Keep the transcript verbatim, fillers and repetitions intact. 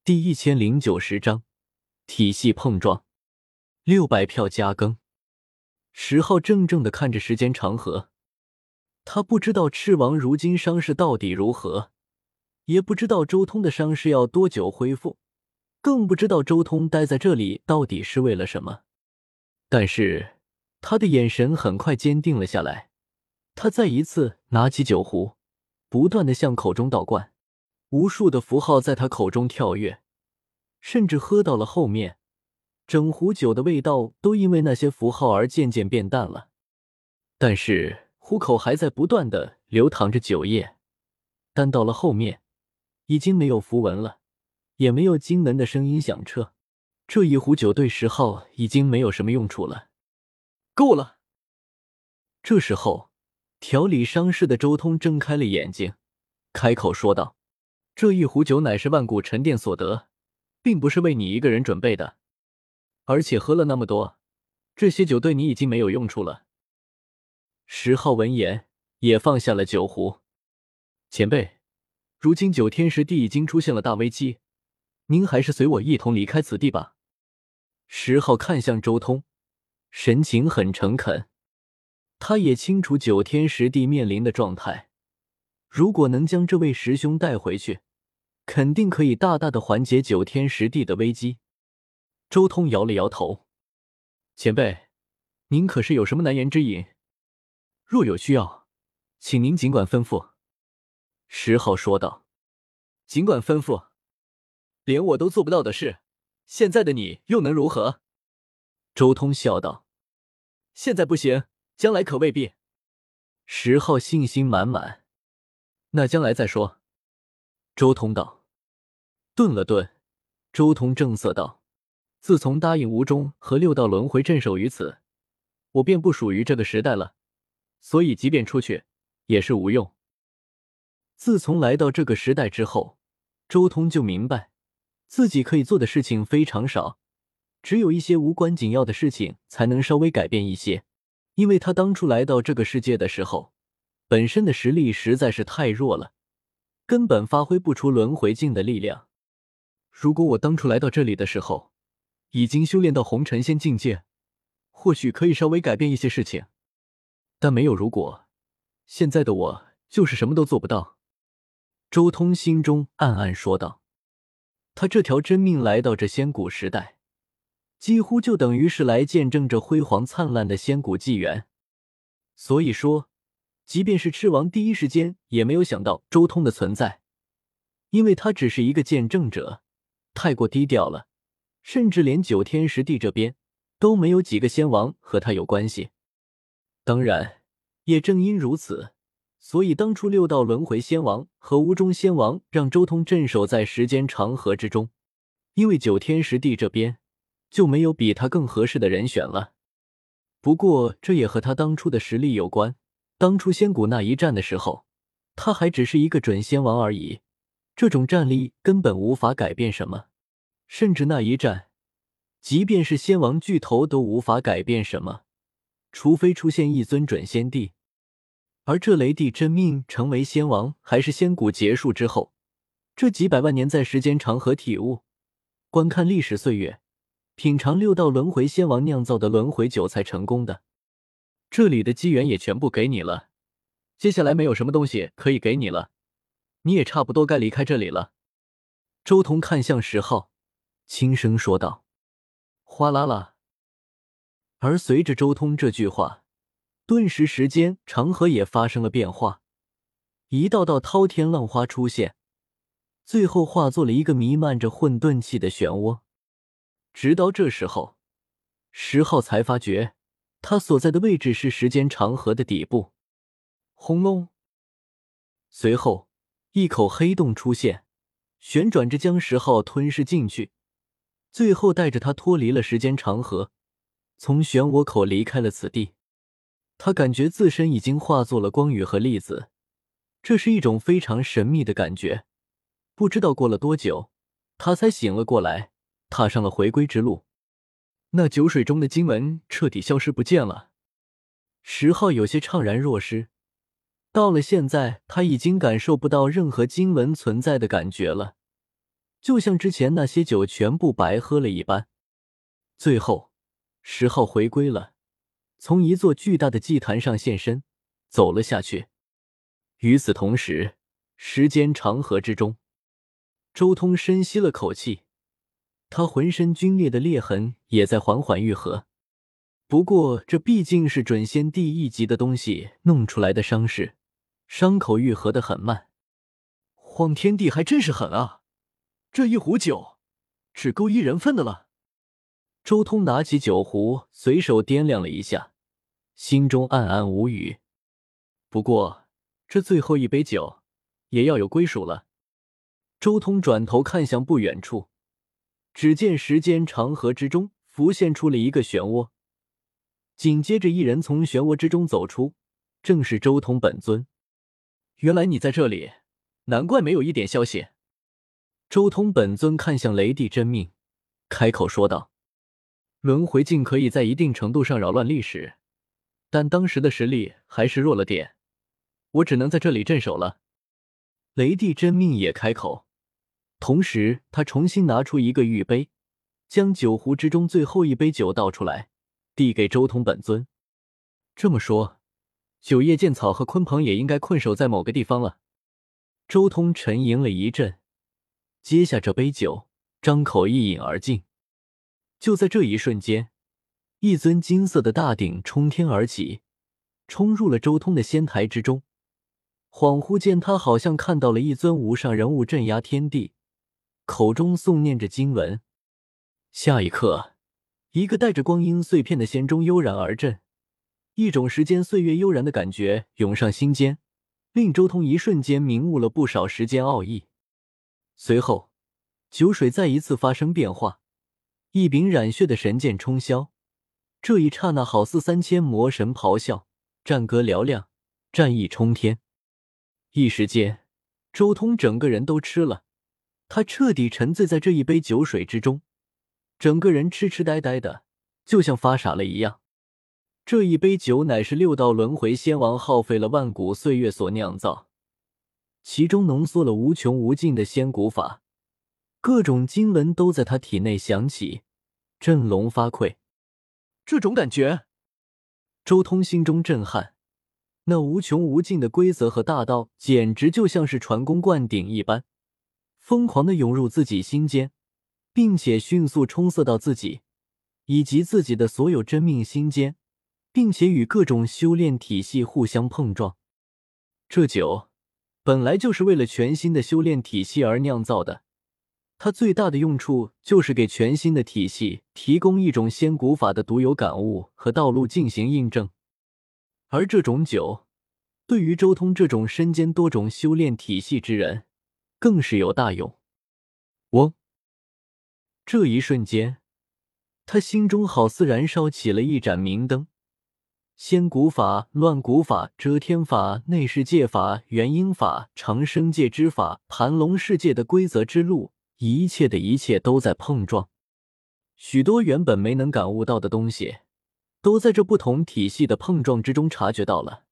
第一千零九十章体系碰撞。六百票加更。石浩怔怔地看着时间长河，他不知道赤王如今伤势到底如何，也不知道周通的伤势要多久恢复，更不知道周通待在这里到底是为了什么。但是他的眼神很快坚定了下来，他再一次拿起酒壶，不断地向口中倒灌，无数的符号在他口中跳跃，甚至喝到了后面，整壶酒的味道都因为那些符号而渐渐变淡了。但是壶口还在不断地流淌着酒液，但到了后面已经没有符文了，也没有金门的声音响彻。这一壶酒对石浩已经没有什么用处了。够了！这时候调理伤势的周通睁开了眼睛，开口说道：这一壶酒乃是万古沉淀所得，并不是为你一个人准备的，而且喝了那么多，这些酒对你已经没有用处了。石浩闻言也放下了酒壶。前辈，如今九天十地已经出现了大危机，您还是随我一同离开此地吧。石浩看向周通，神情很诚恳。他也清楚九天十地面临的状态，如果能将这位师兄带回去，肯定可以大大的缓解九天十地的危机。周通摇了摇头：前辈，您可是有什么难言之隐？若有需要，请您尽管吩咐。石浩说道：尽管吩咐？连我都做不到的事，现在的你又能如何？周通笑道：现在不行，将来可未必。石浩信心满满：那将来再说。周通道。顿了顿，周通正色道：自从答应吴中和六道轮回镇守于此，我便不属于这个时代了，所以即便出去也是无用。自从来到这个时代之后，周通就明白自己可以做的事情非常少，只有一些无关紧要的事情才能稍微改变一些。因为他当初来到这个世界的时候，本身的实力实在是太弱了，根本发挥不出轮回镜的力量。如果我当初来到这里的时候已经修炼到红尘仙境界，或许可以稍微改变一些事情，但没有如果，现在的我就是什么都做不到。周通心中暗暗说道。他这条真命来到这仙古时代，几乎就等于是来见证这辉煌灿烂的仙古纪元。所以说，即便是赤王第一时间也没有想到周通的存在，因为他只是一个见证者，太过低调了，甚至连九天十地这边都没有几个仙王和他有关系。当然，也正因如此，所以当初六道轮回仙王和吴中仙王让周通镇守在时间长河之中，因为九天十地这边就没有比他更合适的人选了。不过这也和他当初的实力有关，当初仙谷那一战的时候，他还只是一个准仙王而已，这种战力根本无法改变什么，甚至那一战即便是仙王巨头都无法改变什么，除非出现一尊准仙帝。而这雷帝真命成为仙王还是仙谷结束之后，这几百万年在时间长河体悟，观看历史岁月，品尝六道轮回仙王酿造的轮回酒才成功的。这里的机缘也全部给你了，接下来没有什么东西可以给你了，你也差不多该离开这里了。周通看向石浩，轻声说道。哗啦啦。而随着周通这句话，顿时时间长河也发生了变化，一道道滔天浪花出现，最后化作了一个弥漫着混沌气的漩涡。直到这时候，石浩才发觉他所在的位置是时间长河的底部。轰隆！随后一口黑洞出现，旋转着将石浩吞噬进去，最后带着他脱离了时间长河，从漩涡口离开了此地。他感觉自身已经化作了光羽和粒子，这是一种非常神秘的感觉。不知道过了多久，他才醒了过来，踏上了回归之路。那酒水中的经文彻底消失不见了。石浩有些怅然若失，到了现在他已经感受不到任何经文存在的感觉了， 就像之前那些酒全部白喝了一般。最后，十号回归了，从一座巨大的祭坛上现身，走了下去。与此同时，时间长河之中，周通深吸了口气，他浑身皲裂的裂痕也在缓缓愈合。不过这毕竟是准仙帝一级的东西弄出来的伤势，伤口愈合得很慢。荒天帝还真是狠啊，这一壶酒只够一人份的了。周通拿起酒壶，随手掂量了一下，心中暗暗无语。不过这最后一杯酒也要有归属了。周通转头看向不远处，只见时间长河之中浮现出了一个漩涡，紧接着一人从漩涡之中走出，正是周通本尊。原来你在这里，难怪没有一点消息。周通本尊看向雷帝真命，开口说道：轮回镜可以在一定程度上扰乱历史，但当时的实力还是弱了点，我只能在这里镇守了。雷帝真命也开口，同时他重新拿出一个玉杯，将酒壶之中最后一杯酒倒出来，递给周通本尊。这么说，九叶剑草和鲲鹏也应该困守在某个地方了。周通沉吟了一阵，接下这杯酒，张口一饮而尽。就在这一瞬间，一尊金色的大鼎冲天而起，冲入了周通的仙台之中。恍惚间，他好像看到了一尊无上人物镇压天地，口中诵念着经文。下一刻，一个带着光阴碎片的仙钟悠然而震，一种时间岁月悠然的感觉涌上心间，令周通一瞬间明悟了不少时间奥义。随后，酒水再一次发生变化，一柄染血的神剑冲霄，这一刹那好似三千魔神咆哮，战歌嘹亮，战意冲天。一时间，周通整个人都吃了，他彻底沉醉在这一杯酒水之中，整个人痴痴呆呆的，就像发傻了一样。这一杯酒乃是六道轮回仙王耗费了万古岁月所酿造，其中浓缩了无穷无尽的仙古法，各种经文都在他体内响起，振聋发聩。这种感觉，周通心中震撼，那无穷无尽的规则和大道简直就像是传功灌顶一般，疯狂地涌入自己心间，并且迅速冲塞到自己以及自己的所有真命心间，并且与各种修炼体系互相碰撞。这酒本来就是为了全新的修炼体系而酿造的，它最大的用处就是给全新的体系提供一种仙古法的独有感悟和道路进行印证。而这种酒对于周通这种身兼多种修炼体系之人更是有大用。嗡！这一瞬间，他心中好似燃烧起了一盏明灯，仙古法、乱古法、遮天法、内世界法、元婴法、长生界之法、盘龙世界的规则之路，一切的一切都在碰撞。许多原本没能感悟到的东西，都在这不同体系的碰撞之中察觉到了。